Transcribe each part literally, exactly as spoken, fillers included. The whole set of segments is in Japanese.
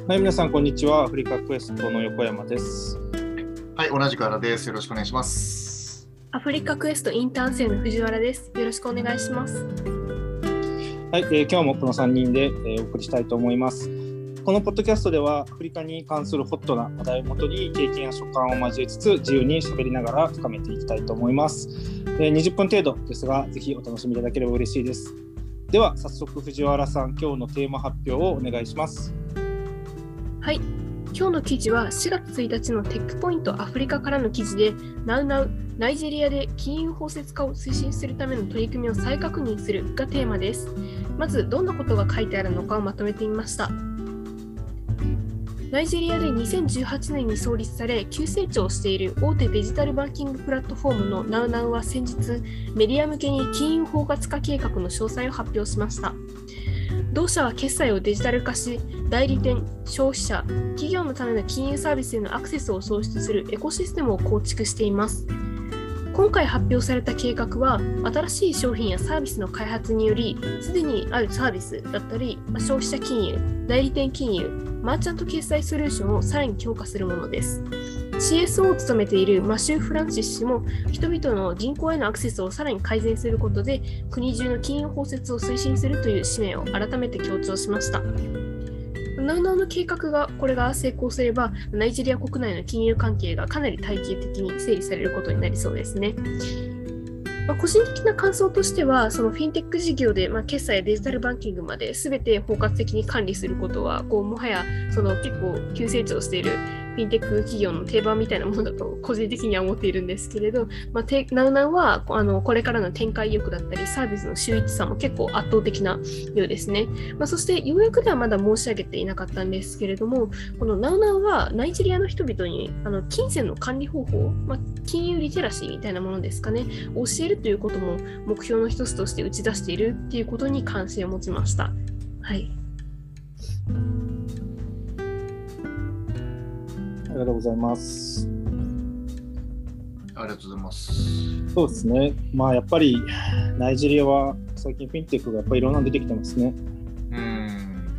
はい、皆さんこんにちは。アフリカクエストの横山です。 はい、同じく原です。よろしくお願いします。 アフリカクエストインターン生の藤原です。よろしくお願いします。 はい、えー、今日もこのさんにんで、えー、お送りしたいと思います。このポッドキャストではアフリカに関するホットな話題をもとに経験や所感を交えつつ自由に喋りながら深めていきたいと思います。えー、にじゅっぷん程度ですが、ぜひお楽しみいただければ嬉しいです。では早速藤原さん、今日のテーマ発表をお願いします。 はい、今日の記事はしがつついたちのテックポイントアフリカからの記事で、ナウナウナイジェリアで金融包摂化を推進するための取り組みを再確認するがテーマです。まずどんなことが書いてあるのかをまとめてみました。ナイジェリアでにせんじゅうはちねんに創立され急成長している大手デジタルバンキングプラットフォームのナウナウは先日メディア向けに金融包括化計画の詳細を発表しました。同社は決済をデジタル化し、代理店、消費者、企業のための金融サービスへのアクセスを創出するエコシステムを構築しています。今回発表された計画は、新しい商品やサービスの開発により、すでにあるサービスだったり、消費者金融、代理店金融、マーチャント決済ソリューションをさらに強化するものです。シーエスオー を務めているマシュー・フランシス氏も、人々の銀行へのアクセスをさらに改善することで、国中の金融包摂を推進するという使命を改めて強調しました。ナウナウの計画が、これが成功すれば、ナイジェリア国内の金融関係がかなり体系的に整理されることになりそうですね。まあ、個人的な感想としては、そのフィンテック事業で、まあ、決済やデジタルバンキングまで全て包括的に管理することは、こうもはやその結構急成長しているフィンテック企業の定番みたいなものだと個人的には思っているんですけれど、まあ、ナウナウはあのこれからの展開力だったりサービスの秀逸さも結構圧倒的なようですね。まあ、そしてようやくではまだ申し上げていなかったんですけれども、このナウナウはナイジェリアの人々にあの金銭の管理方法、まあ、金融リテラシーみたいなものですかね、教えるということも目標の一つとして打ち出しているっていうことに関心を持ちました。はい。 ありがとうございます。 ありがとうございます。 そうですね。まあやっぱりナイジェリアは最近フィンテックがやっぱりいろんなの出てきてますね。 うーん。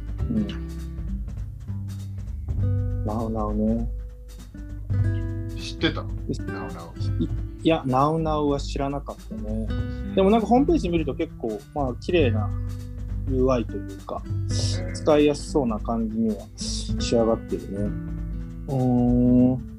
うん。ナウナウね。 知ってたの？ナウナウ。 い, いや、ナウナウは知らなかったね。でもなんかホームページ見ると結構まあ綺麗な ユーアイ というか使いやすそうな感じには仕上がってるね。うーん、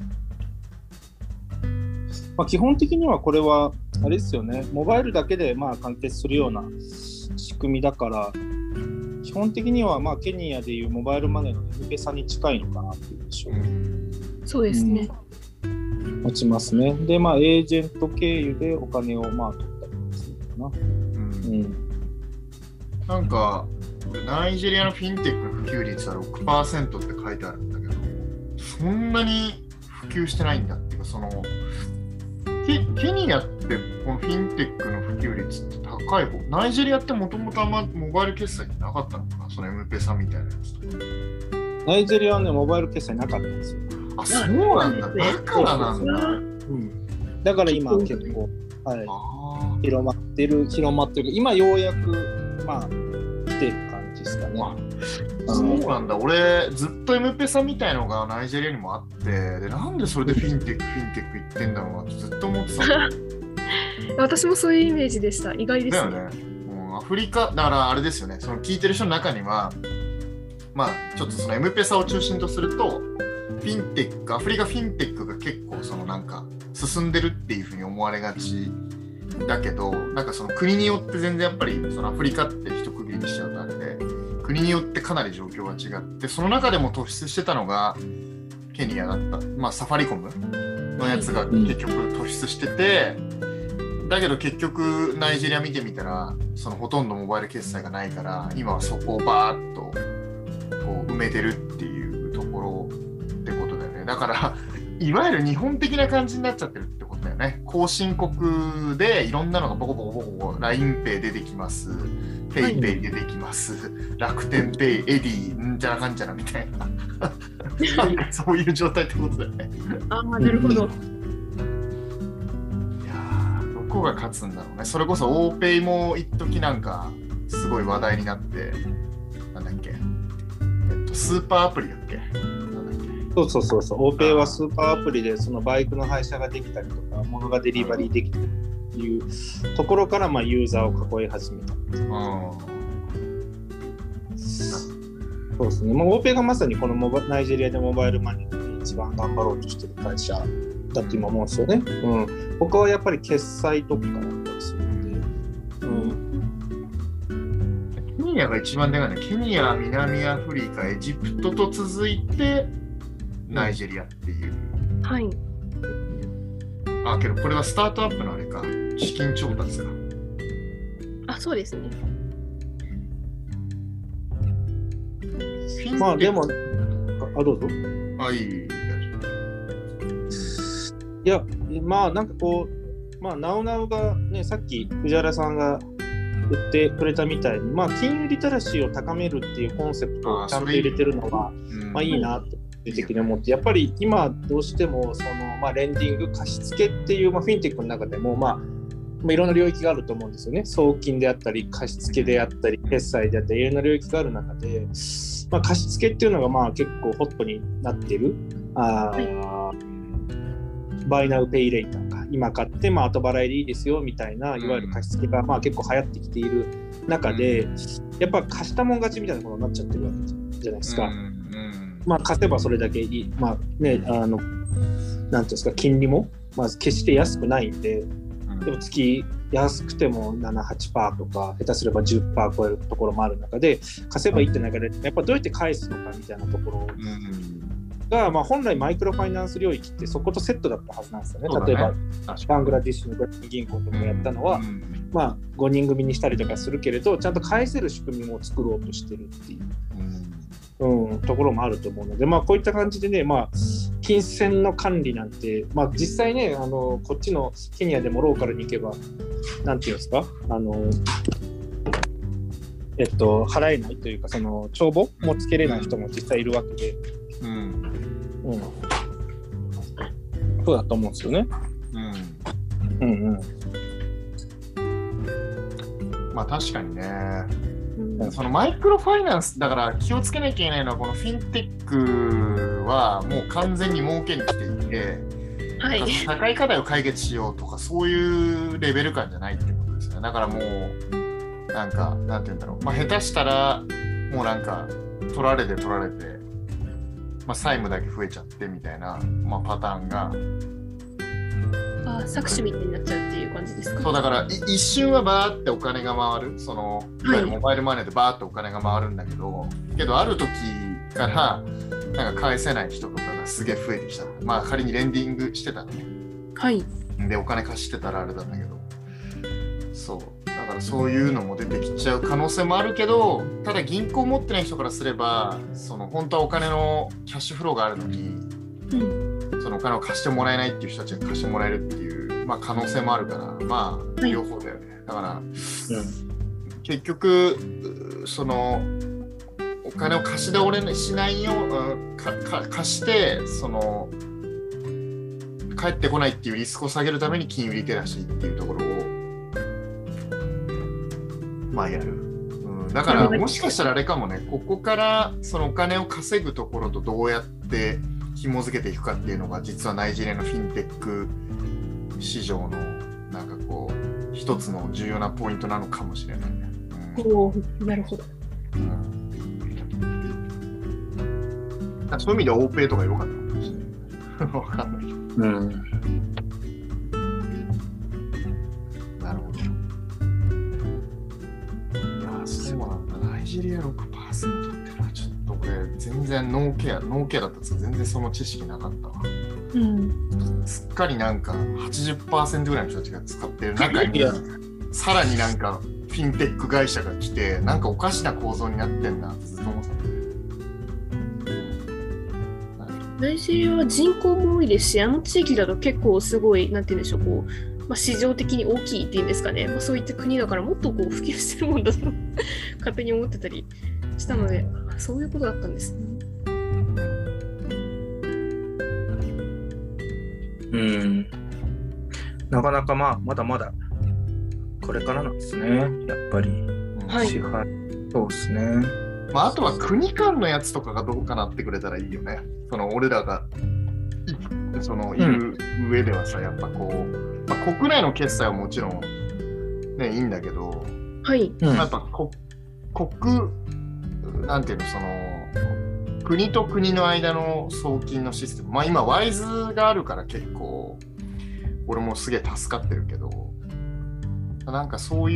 まあ、基本的にはこれはあれですよね、モバイルだけでまあ完結するような仕組みだから、基本的にはまあケニアでいうモバイルマネーのエムペサに近いのかなっていう印象、うん、 そうですね、 うん、持ちますね。でまあエージェント経由でお金をまあ取ったりするかな、うんうん、 なんかナイジェリアのフィンテックの普及率は ろくパーセント って書いてあるんだけど、そんなに普及してないんだっていうか、その ケ, ケニアってこのフィンテックの普及率って高い方。ナイジェリアってもともとあんまモバイル決済ってなかったのかな、その エムペサみたいなやつとか。 ナイジェリアはね、モバイル決済なかったんですよ。 あ、そうなんだ。だからなんだ。うん、 だから今結構、はい、広まってる、広まってる。今ようやくまあ来てる感じですかね。 そうなんだ。俺ずっと エムペサみたいのがナイジェリアにもあって、でなんでそれでフィンテックフィンテック言ってんだろうなってずっと思ってたんだ私もそういうイメージでした。意外ですね。 だよね。もうアフリカだからあれですよね。その聞いてる人の中には、まあちょっとその エムペサを中心とするとフィンテック、アフリカフィンテックが結構そのなんか進んでるっていうふうに思われがちだけど、なんかその国によって全然やっぱりそのアフリカって一区切りにしちゃうとあれで、国によってかなり状況が違って、その中でも突出してたのがケニアだった。まあサファリコムのやつが結局突出してて、だけど結局ナイジェリア見てみたらそのほとんどモバイル決済がないから、今はそこをバーッとこう埋めてるっていうところってことだよね。だからいわゆる日本的な感じになっちゃってるってことだよね。後進国でいろんなのがボコボコボコボコ ラインペイ 出てきます、ペイペイ出てきます、はい、楽天ペイ、エディんじゃらかんじゃらみたいなそういう状態ってことだよね。 ああ、なるほど。いやー、どこが勝つんだろうね。それこそオーペイも一時なんかすごい話題になって、なんだっけ、えっとスーパーアプリだっけ？なんだっけ？ そうそうそうそう、オーペイはスーパーアプリでそのバイクの配車ができたりとか、物がデリバリーできたりというところからまあユーザーを囲い始めた。 あそうですね、まあ、オーペイがまさにこのモバナイジェリアでモバイルマネーで一番頑張ろうとしている会社だって今思うんですよね。うん、他はやっぱり決済特化だったりするので、うん、 ケニアが一番でかいね。ケニア、南アフリカ、エジプトと続いてナイジェリアっていう。 はい。 あ、けどこれはスタートアップのあれか、資金調達か。 あ、そうですね。 まあでも、あ、どうぞ。 あ、いい。 いや、まあなんかこう、まあ、ナウナウがね、さっき藤原さんが言ってくれたみたいに、まあ、金融リテラシーを高めるっていうコンセプトをちゃんと入れてるのは、まあいいなと、個人的に思って、やっぱり今どうしても、その、まあ、レンディング、貸付っていう、まあ、フィンテックの中でも、まあ、まあ、いろんな領域があると思うんですよね。送金であったり、貸付であったり、決済であったり、いろんな領域がある中で、まあ、貸付っていうのがまあ結構ホットになってる。あ、はい、バイナウペイレイターか。今買ってまあ後払いでいいですよみたいな、いわゆる貸付がまあ結構流行ってきている中で、やっぱ貸したもん勝ちみたいなことになっちゃってるわけじゃないですか。うんうん、まあ貸せばそれだけいい。まあね、あの、なんていうんですか、金利もまず決して安くないんで、でも月安くてもなな、はちパーセント とか下手すれば じゅっパーセント 超えるところもある中で貸せばいいって中でやっぱどうやって返すのかみたいなところが、まあ、本来マイクロファイナンス領域ってそことセットだったはずなんですよね。例えばバングラディッシュのグラミ銀行とかやったのは、まあ、ごにん組にしたりとかするけれどちゃんと返せる仕組みも作ろうとしてるっていう。うん、ところもあると思うので、まあ、こういった感じでね、まあ、金銭の管理なんて、まあ、実際ね、あのこっちのケニアでもローカルに行けば、なんていうんですか、あの、えっと、払えないというか、その帳簿もつけれない人も実際いるわけで、うん、うん、そうだと思うんですよね。うん、うんうん。まあ確かにね。そのマイクロファイナンスだから気をつけなきゃいけないのはこのフィンテックはもう完全に儲けに来ていて、はい、社会課題を解決しようとかそういうレベル感じゃないってことですね。だからもうなんかなんて言うんだろう、まあ、下手したらもうなんか取られて取られて、まあ、債務だけ増えちゃってみたいな、まあ、パターンがあ搾取みたいになっちゃうっていう感じですか。 そうだから一瞬はバーってお金が回る、そのいわゆるモバイルマネーでバーってお金が回るんだけど、はい、けどある時からなんか返せない人とかがすげえ増えてきた。まあ仮にレンディングしてたのね。 はい。 でお金貸してたらあれなんだけど、そうだからそういうのも出てきちゃう可能性もあるけど、ただ銀行持ってない人からすれば、その本当はお金のキャッシュフローがあるのに。うんそのお金を貸してもらえないっていう人たちが貸してもらえるっていう、まあ、可能性もあるから、まあ両方だよね。はい、だから、うん、結局そのお金を貸し倒れしないようかか貸してその返ってこないっていうリスクを下げるために金融リテラシーっていうところをまあやる。うん、だからもしかしたらあれかもね。ここからそのお金を稼ぐところとどうやって紐づけていくかっていうのが実はナイジェリアのフィンテック市場のなんかこう一つの重要なポイントなのかもしれないね。 うん、おなるほど、 うん。そういう意味でオーペイとか良かったかもしれない。わかんないけど。うん。なるほど。いやそうなんだ。ナイジェリア ろくパーセント ってのはちょっとこれ全然ノーケアノーケアだったんですけど全然その知識なかったわ、うん、すっかりなんか はちじゅっパーセント ぐらいの人たちが使ってる中にさらになんかフィンテック会社が来てなんかおかしな構造になってんなってずっと思ってた。 ナイジェリアは人口も多いですし、あの地域だと結構すごいなんて言うんでしょう、こう、まあ、市場的に大きいっていうんですかね、まあ、そういった国だからもっとこう普及してるもんだと勝手に思ってたりしたので、そういうことだったんですね。 うん。なかなかまあまだまだこれからなんですね。やっぱり。 はい。 支配そうですね。 まあ、あとは国間のやつとかがどうかなってくれたらいいよね。その俺らがいそのいる上ではさ、やっぱこう、まあ、国内の決済はもちろん、ね、いいんだけど、 はい。 まあ、やっぱこ国、なんていうの、その国と国の間の送金のシステム、まあ今、ワイズがあるから結構、俺もすげえ助かってるけど、なんかそういう、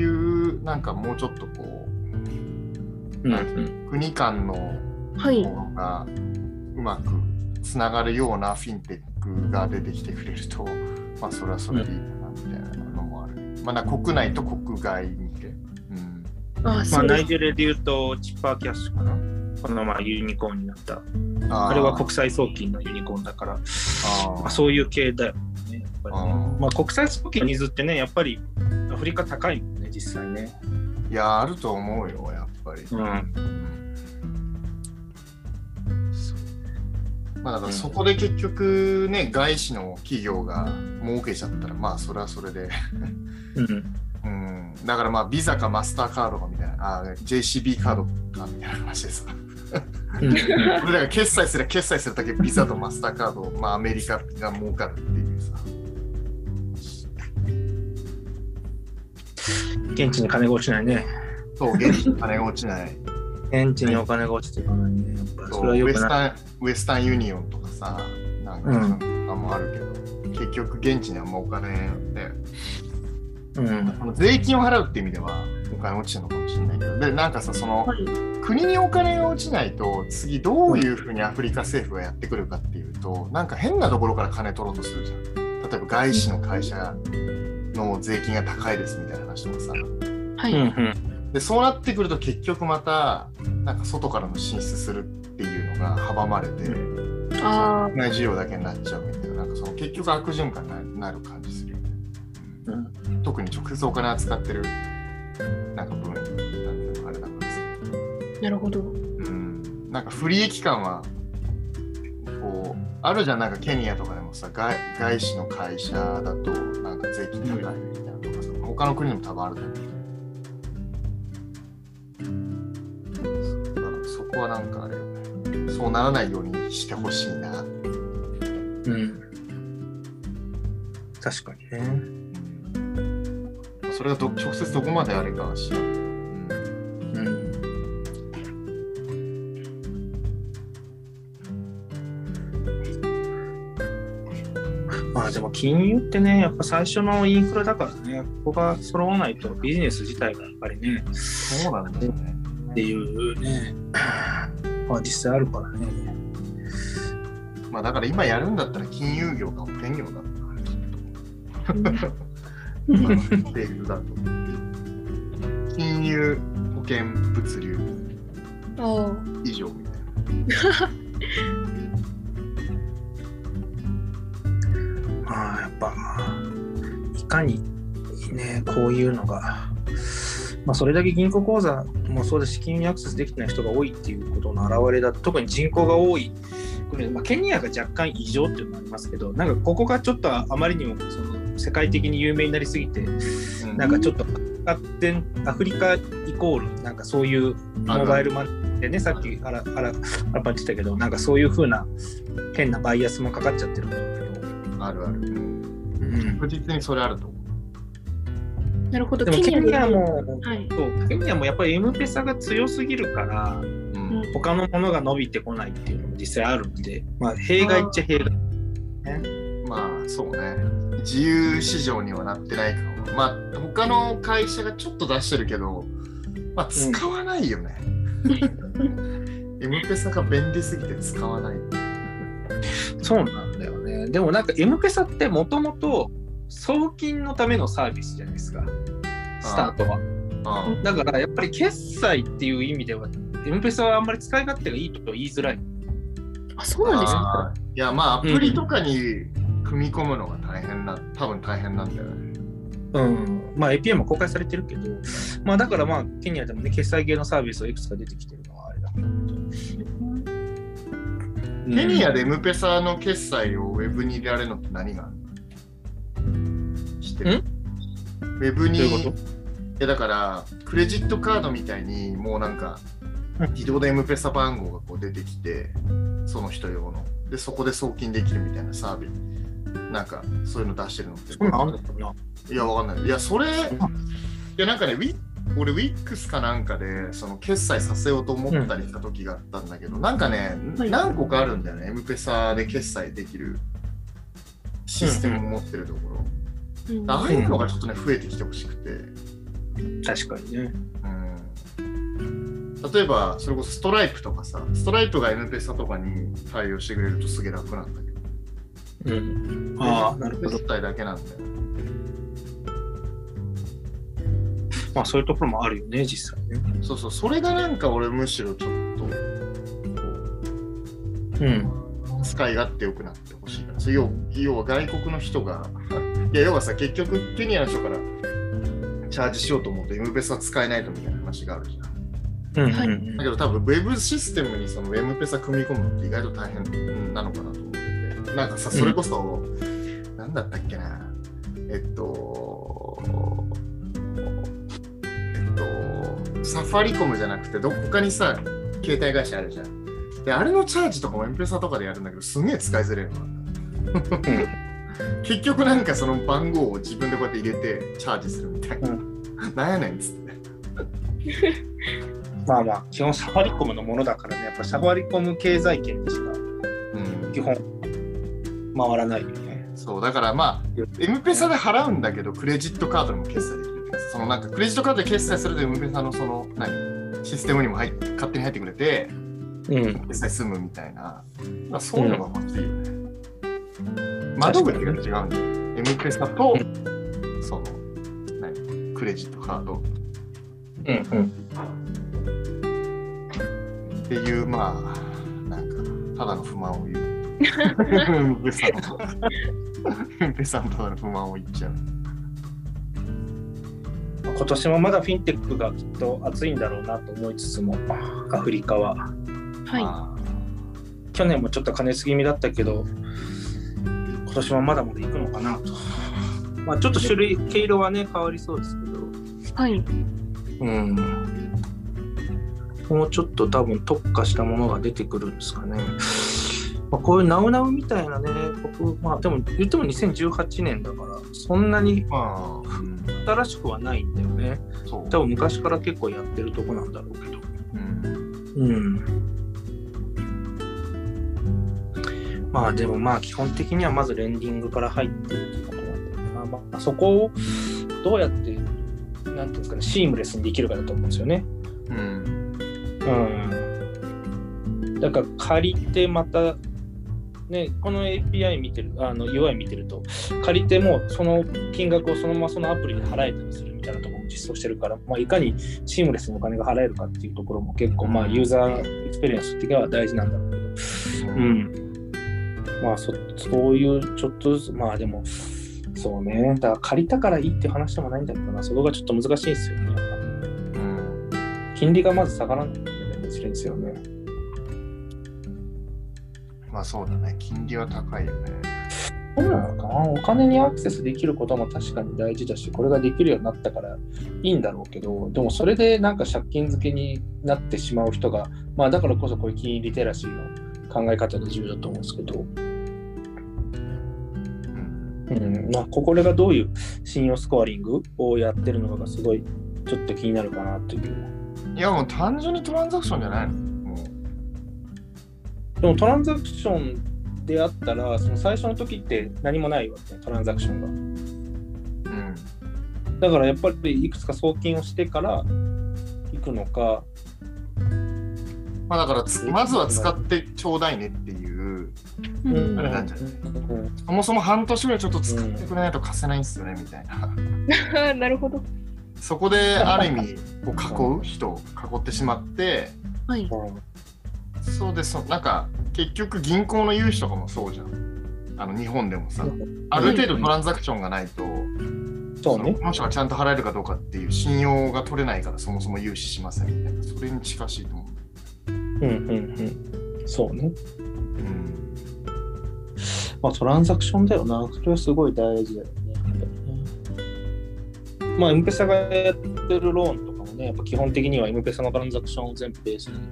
なんかもうちょっとこう、なんていうの、国間のものがうまくつながるようなフィンテックが出てきてくれると、まあそれはそれでいいかなみたいなのもある。まあなんか国内と国外向け。うん、 あまあナイジェリアで言うとチッパーキャッシュかな。このままユニコーンになった。あ, あれは国際送金のユニコーンだから、あ、まあ、そういう系だよね。やっぱりね、まあ、国際送金のニーズってね、やっぱりアフリカ高いもんね、実際ね。 いや、あると思うよ、やっぱり。うん。まあ、だからそこで結局ね、外資の企業が儲けちゃったら、まあ、それはそれで。うんうん。だからまあ、ビザかマスターカードかみたいな、あ ジェイシービー カードかみたいな話でさ。俺らが決済すれば決済するだけビザとマスターカード、まあ、アメリカが儲かるっていうさ。 現地に金が落ちないね。 そう、現地に金が落ちない。 現地にお金が落ちていかないね。やっぱそれはよくない。ウエスタン、 ウエスタンユニオンとかさ、なんかなんかもあるけど、うん、結局現地にあんまお金で、うん、税金を払うって意味ではお金落ちてるのかもしれないけど、で、なんかさ、その、はい、国にお金が落ちないと、次どういうふうにアフリカ政府がやってくるかっていうと、なんか変なところから金取ろうとするじゃん。例えば外資の会社の税金が高いですみたいな話とかさ。 はい。 で、そうなってくると結局また、なんか外からの進出するっていうのが阻まれて、 あ国内需要だけになっちゃうみたいな、なんかその結局悪循環になる感じするよね。うん、特に直接お金扱ってるなんか分野なんていうのあれだからさ。 なるほど。 うん。なんか不利益感はこうあるじゃん。なんかケニアとかでもさ、外, 外資の会社だとなんか税金高いみたいなとかさ、他の国でも多分あると思う。だからそこはなんかあれよね。そうならないようにしてほしいな。うん。 確かにね。 それがど直接どこまであれかは知らん。うん。うん。 まあでも金融ってね、やっぱ最初のインフラだからね、ここが揃わないとビジネス自体がやっぱりね、 そうなんだよね。 っていうね、まあ実際あるからね。 まあだから今やるんだったら金融業か保険業だったらきっと。まあ、テークだと。金融、保険、物流以上みたいな。 まあやっぱいかにねこういうのが、まあ、それだけ銀行口座もそうだし金融にアクセスできてない人が多いっていうことの表れだ。特に人口が多い、まあ、ケニアが若干異常っていうのがありますけど、なんかここがちょっとあまりにもその世界的に有名になりすぎて、うん、なんかちょっと発展アフリカイコールなんかそういうモバイルマネーでね、さっきあらあらあら言ってたけど、なんかそういう風な変なバイアスもかかっちゃってるんだけど。 あるある。うん、確実にそれあると思う。なるほど。 でもケニアも、はい、そうケニアもやっぱり エムペサが強すぎるから、うん、他のものが伸びてこないっていうのも実際あるんで、まあ弊害っちゃ弊害、ね。 まあそうね。自由市場にはなってないかも。まあ他の会社がちょっと出してるけど、まあ使わないよね。うん、エムペサが便利すぎて使わない。 そうなんだよね。でもなんか エムペサってもともと送金のためのサービスじゃないですか、スタートは。ああだからやっぱり決済っていう意味では エムペサはあんまり使い勝手がいいと言いづらい。 あ、そうなんですか。 いやまあアプリとかに組み込むのが大変な、うん、多分大変なんだよね。 うん、まあ エーピーアイ も公開されてるけど、まあだからまあケニアでもね決済系のサービスがいくつか出てきてるのはあれだけど。 ケニアでエムペサの決済をウェブに入れられるのって何があるの？知ってる？ウェブに。どういうこと？いやだからクレジットカードみたいにもうなんか自動で エムペサ 番号がこう出てきて、その人用の。で、そこで送金できるみたいなサービス。なんか、そういうの出してるのって。 そんなんあんのかな。 いや、わかんない。いや、それ、いや、なんかね、ウィ俺、ウィックスかなんかで、その決済させようと思ったりした時があったんだけど、うん、なんかね、はい、何個かあるんだよね、エムペサ で決済できるシステムを持ってるところ。うん、ああいうのがちょっとね、増えてきてほしくて。 確かにね。 うん、例えば、それこそストライプとかさ、ストライプが エムペサ とかに対応してくれるとすげえ楽なんだけど。うん。ああ、なるほど。決済だけなんだよ。 まあそういうところもあるよね、実際ね。 そうそう、それがなんか俺むしろちょっとこう、うん、使い勝手良くなってほしいから。要, 要は外国の人が、いや要はさ、結局ケニアの人からチャージしようと思うと エムペサ 使えないとみたいな話があるじゃん。うんうん、だけど多分ウェブシステムにその エムペサ 組み込むのって意外と大変なのかなと思ってて、なんかさ、それこそ、うん、なんだったっけな、えっと、サファリコムじゃなくてどこかにさ携帯会社あるじゃん。であれのチャージとかもエムペサとかでやるんだけどすげえ使いづらいの結局なんかその番号を自分でこうやって入れてチャージするみたいな、うん、なんやねんっつってまあまあ基本サファリコムのものだからね、やっぱサファリコム経済圏でしか基本回らないよね、 うん、そうだからまあエムペサで払うんだけどクレジットカードでも決済できる。そのなんかクレジットカードで決済すると エムペサ のその何システムにも入勝手に入ってくれて、うん、決済済むみたいな、まあ、そういうのが欲しいよね、うん、窓口が違うんだよ エムペサ と、うん、その何クレジットカード、うんうん、っていうまあなんかただの不満を言うエムペサ のエムペサ のただの不満を言っちゃう。 今年もまだフィンテックがきっと熱いんだろうなと思いつつも、アフリカは、はい、去年もちょっと過熱気味だったけど今年もまだまだ行くのかなと、まあ、ちょっと種類毛色はね変わりそうですけど、はい、うん、もうちょっと多分特化したものが出てくるんですかね。まあ、こういうナウナウみたいなね、僕、まあでも言ってもにせんじゅうはちねんだからそんなに新しくはないんだよね。多分昔から結構やってるとこなんだろうけど。うん。うん、まあでもまあ基本的にはまずレンディングから入ってるっていうことなんだけど、まあ、まあそこをどうやってなんていうんですかね、シームレスにできるかだと思うんですよね。うん。うん。だから借りてまたね、この エーピーアイ 見てる、あの ユーアイ 見てると、借りてもその金額をそのままそのアプリで払えたりするみたいなところも実装してるから、まあ、いかにシームレスにお金が払えるかっていうところも結構、まあ、ユーザーエクスペリエンス的には大事なんだろうけど、うん。まあそ、そういうちょっとずつ、まあでも、そうね、だから借りたからいいっていう話でもないんだけどな、そこがちょっと難しいですよね。うん。金利がまず下がらないといけないですよね。 まあそうだね、金利は高いよね。 そうなのかな、お金にアクセスできることも確かに大事だし、これができるようになったからいいんだろうけど、でもそれでなんか借金付けになってしまう人が、まあだからこそこういう金融リテラシーの考え方が重要だと思うんですけど、うんうん、まあこれがどういう信用スコアリングをやってるのかがすごいちょっと気になるかなという。 いやもう単純にトランザクションじゃないの？ でもトランザクションであったら、その最初の時って何もないわけね、トランザクションが。うん。だからやっぱりいくつか送金をしてから行くのか。 まあだからまずは使ってちょうだいねっていう、うん、あれなんじゃない、うん、そもそも半年ぐらいちょっと使ってくれないと貸せないんですよね、みたいな。なるほど。 そこである意味こう囲う人を囲ってしまって、はい。そうです、なんか結局銀行の融資とかもそうじゃん。あの日本でもさ、ある程度トランザクションがないと、そうね、この人がちゃんと払えるかどうかっていう信用が取れないからそもそも融資しませんみたいな、それに近しいと思う。 うんうんうん、そうね。うん。まあトランザクションだよな、それはすごい大事だよね。まあエムペサがやってるローンとかもね、やっぱ基本的には エムペサのトランザクションを全部ベースに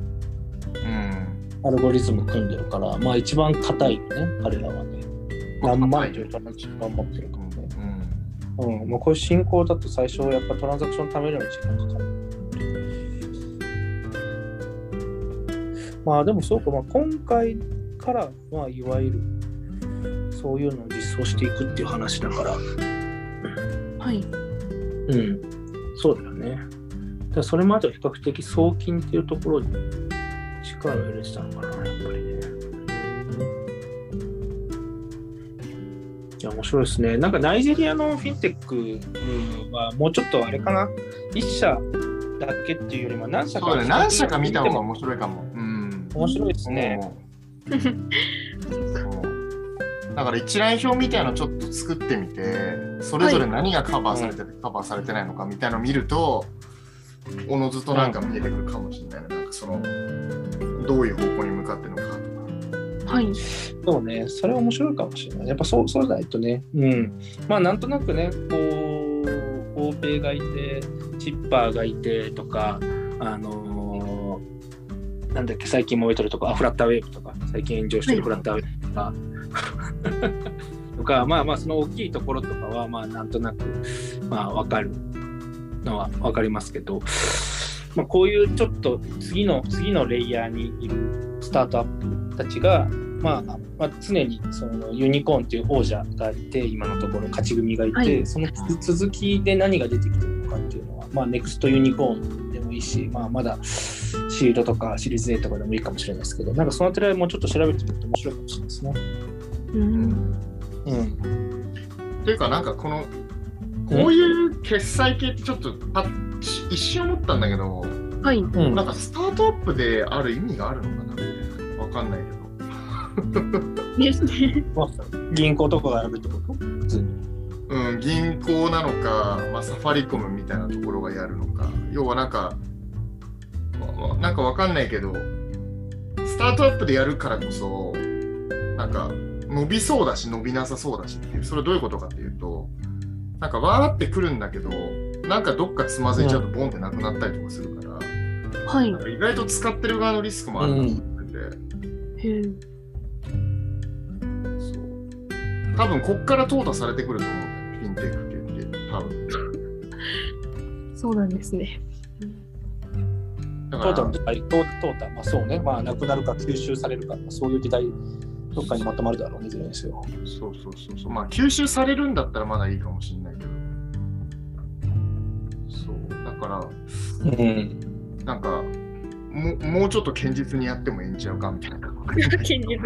うんアルゴリズム組んでるから、まあ一番硬いよね、彼らはね。何万というトランザクション持ってるからね。うん。うん、まあ、こういう進行だと最初やっぱトランザクション貯めるのに時間かかる。まあでもそうか、まあ、今回から、まあ、いわゆるそういうのを実装していくっていう話だから。 はい。 うん。そうだよね。だからそれまでは比較的送金っていうところに力を入れてたのかな、やっぱりね。いや、面白いですね。なんかナイジェリアのフィンテックはもうちょっとあれかな、一社だけっていうよりも何社か、 そうだね、何社か見た方が面白いかも。うん、 面白いですね。 そうだから一覧表みたいなのちょっと作ってみて、それぞれ何がカバーされてて、はい、カバーされてないのかみたいなのを見ると、おのずとなんか見えてくるかもしれないね。なんかそのどういう方向に向かってるのかとか。 はい。 そうね、それは面白いかもしれない。やっぱそうそうじゃないとね。うん。まあなんとなくね、こう欧米がいて、チッパーがいてとか、あのー、なんだっけ最近燃えてるとか、フラッターウェーブとか、最近炎上してるフラッターウェーブとか。はいとかまあまあその大きいところとかはまあなんとなくまあ分かるのは分かりますけど、まあ、こういうちょっと次の次のレイヤーにいるスタートアップたちが、まあ、まあ常にそのユニコーンという王者がいて今のところ勝ち組がいて、はい、その続きで何が出てきてるのかっていうのはまあネクストユニコーンでもいいし、まあ、まだシールドとかシリーズ A とかでもいいかもしれないですけど、なんかそのあたりはもうちょっと調べてみると面白いかもしれないですね。 うんうん、というかなんかこのこういう決済系ってちょっとパッ一瞬思ったんだけど、 はい、 なんかスタートアップである意味があるのかなみたいな、わかんないけどですね銀行とかがやるってこと普通に、 うん、銀行なのか、まあ、サファリコムみたいなところがやるのか、要はなんか、まあ、なんかわかんないけどスタートアップでやるからこそなんか伸びそうだし伸びなさそうだしっていう、それはどういうことかっていうと、なんかわーってくるんだけどなんかどっかつまずいちゃうとボンってなくなったりとかするから、 はい、 なんか意外と使ってる側のリスクもあると思ってて、 うん、 そう多分こっから淘汰されてくると思うんだよね、フィンテック系って多分そうなんですね。 だから淘汰、淘汰、まあそうね、まあなくなるか吸収されるか、そういう時代どっかにまとまるだろうね、いずれにせよ。 そうそうそうそう。まあ吸収されるんだったらまだいいかもしれないけど。そうだから、 うん、 なんかももうちょっと堅実にやってもいいんちゃうかみたいな。 堅実に。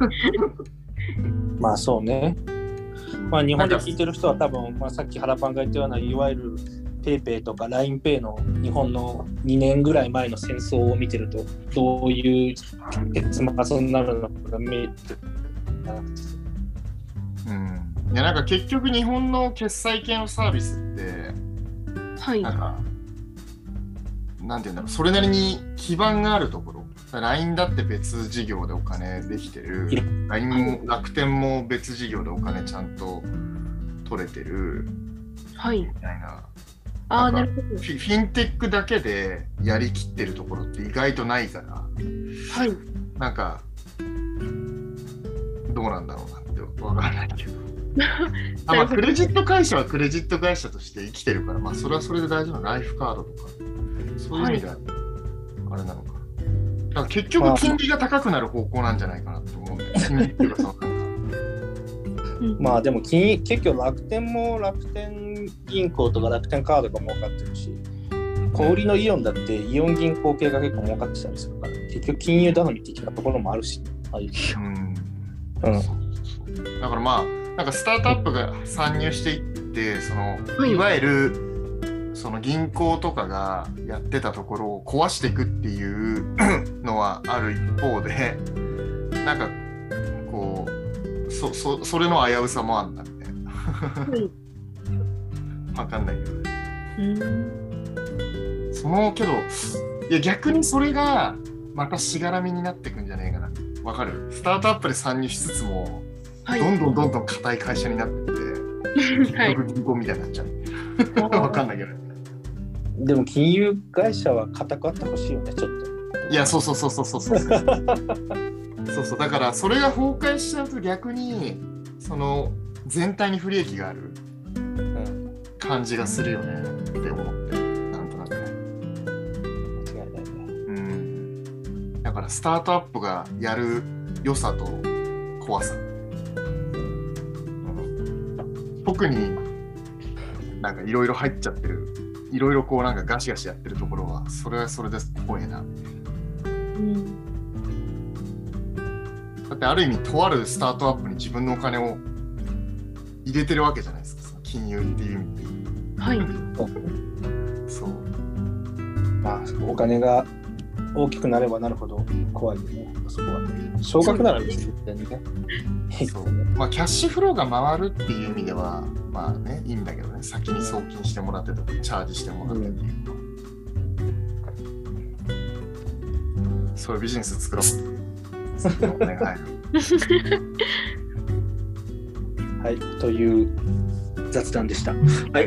まあそうね。まあ日本で聞いてる人は多分、まあ、さっき原パンが言ったようないわゆるペイペイとか ラインペイ の日本のにねんぐらい前の戦争を見てるとどういう結末になるのか見えてる。 うん。いやなんか結局日本の決済系のサービスって、 はい、 なんかなんていうんだろう、それなりに基盤があるところ。ライン だって別事業でお金できてる。ライン も楽天も別事業でお金ちゃんと取れてる。 はい。 みたいな。 ああ、なるほど。 フィ、フィンテックだけでやりきってるところって意外とないから、 はい。 なんかどうなんだろうなってわからないけど。あ、まあクレジット会社はクレジット会社として生きてるから、まあそれはそれで大事なライフカードとかそういう意味ではあれなのかな。だから結局金利が高くなる方向なんじゃないかなと思うんだよね。金利っていうかそのなんか。 まあでも金結局楽天も楽天銀行とか楽天カードが儲かってるし、小売りのイオンだってイオン銀行系が結構儲かってたりするから、結局金融頼み的なところもあるし、ね、ああいう。うん。うん。 だからまあなんかスタートアップが参入していってその、はい、いわゆるその銀行とかがやってたところを壊していくっていうのはある一方で、なんかこう そ, そ, それの危うさもあんだみたいな。わかんないけどね。うんそのけどいや逆にそれがまたしがらみになってくんじゃねえかな。わかる？スタートアップで参入しつつも、はい、どんどんどんどん硬い会社になってって、結局銀行みたいになっちゃう。わかんないけど。 でも金融会社は固くあってほしいよね、ちょっと。 いや、そうそうそうそうそうそう。そうそう、だからそれが崩壊しちゃうと逆にその全体に不利益がある感じがするよねって思って、なんとなくね。 間違いないね。 うん。だからスタートアップがやる良さと怖さ。うん、特になんかいろいろ入っちゃってる、いろいろこうなんかガシガシやってるところは、それはそれで怖いな。 うん、 だってある意味とあるスタートアップに自分のお金を入れてるわけじゃないですか、その金融っていう意味で。 はい。 そう。 まあお金が大きくなればなるほど怖いよね、そこはね。少額なら別にね。 そう。まあキャッシュフローが回るっていう意味ではまあねいいんだけどね、先に送金してもらってとかチャージしてもらってっていうのは、うん、そういうビジネス作ろう。お願い。 はい、という雑談でした。はい。はい、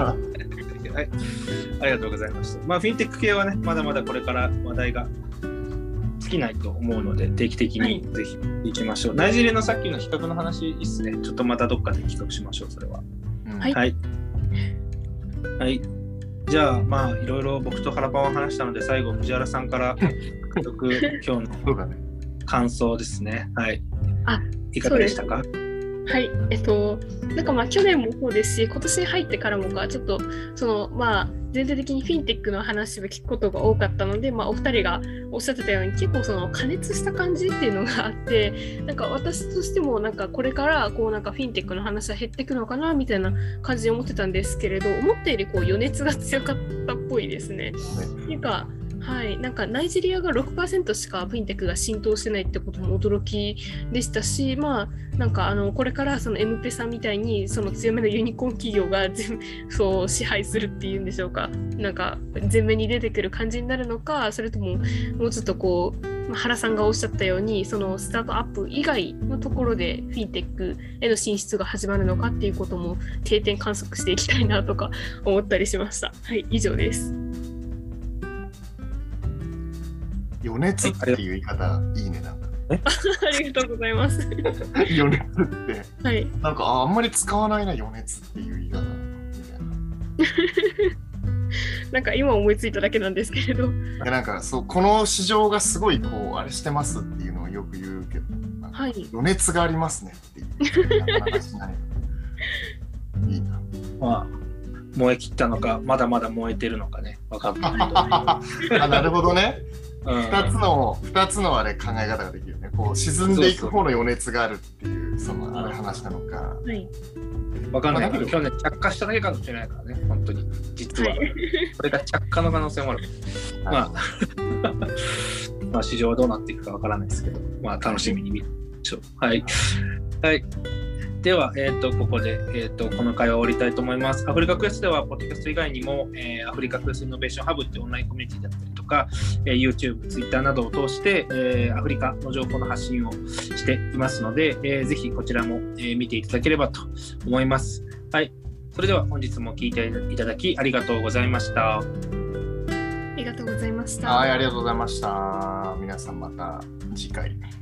ありがとうございました。まあフィンテック系はね、まだまだこれから話題が尽きないと思うので、定期的にぜひ行きましょう。ナイジェリアのさっきの比較の話いいっすね。ちょっとまたどっかで企画しましょう、それは。 うん、 はい。 はい。はい、じゃあ、まあいろいろ僕と原パンは話したので、最後藤原さんから僕今日の感想ですね。はい。 あ、 いかがでしたか？ はい、えっと、なんかまあ去年もそうですし、今年入ってからもか、ちょっとそのまあ全体的にフィンテックの話を聞くことが多かったので、まあ、お二人がおっしゃってたように結構その加熱した感じっていうのがあって、なんか私としてもなんかこれからこうなんかフィンテックの話は減っていくのかなみたいな感じで思ってたんですけれど、思ったよりこう余熱が強かったっぽいですね。っていうかはい、なんかナイジェリアが ろくパーセント しかフィンテックが浸透してないってことも驚きでしたし、まあなんかあのこれからその エムペサみたいにその強めのユニコーン企業が全そう支配するっていうんでしょうか、なんか前面に出てくる感じになるのか、それとももうちょっとこう原さんがおっしゃったようにそのスタートアップ以外のところでフィンテックへの進出が始まるのかっていうことも定点観測していきたいなとか思ったりしました。はい、以上です。 余熱っていう言い方いいね、なんか。 ありがとうございます。 余熱って、 はい、 なんか あ, あんまり使わないな、余熱っていう言い方みたいな。 なんか今思いついただけなんですけれど。いやなんかそう、この市場がすごいこうあれしてますっていうのをよく言うけど、 はい、 余熱がありますねっていう話ないいいな。 まあ燃え切ったのか、まだまだ燃えてるのかね、分かんない。 あ、なるほどね。 うん、 ふたつのふたつのあれ考え方ができるね。こう沈んでいく方の余熱があるっていうそのあれ話なのか。 はい。 わかんないけど、去年着火しただけかもしれないからね、本当に実は。はい、これが着火の可能性もある。まあ、まあ市場はどうなっていくかわからないですけど、まあ楽しみに見ましょう。はい。はい。では、えー、とここで、えー、とこの会話を終わりたいと思います。アフリカクエストでは、ポッドキャスト以外にも、えー、アフリカクエストイノベーションハブってオンラインコミュニティだったりとか、えー、YouTube、Twitter などを通して、えー、アフリカの情報の発信をしていますので、えー、ぜひこちらも、えー、見ていただければと思います。はい。それでは本日も聞いていただきありがとうございました。 ありがとうございました。 はい、ありがとうございました。皆さんまた次回。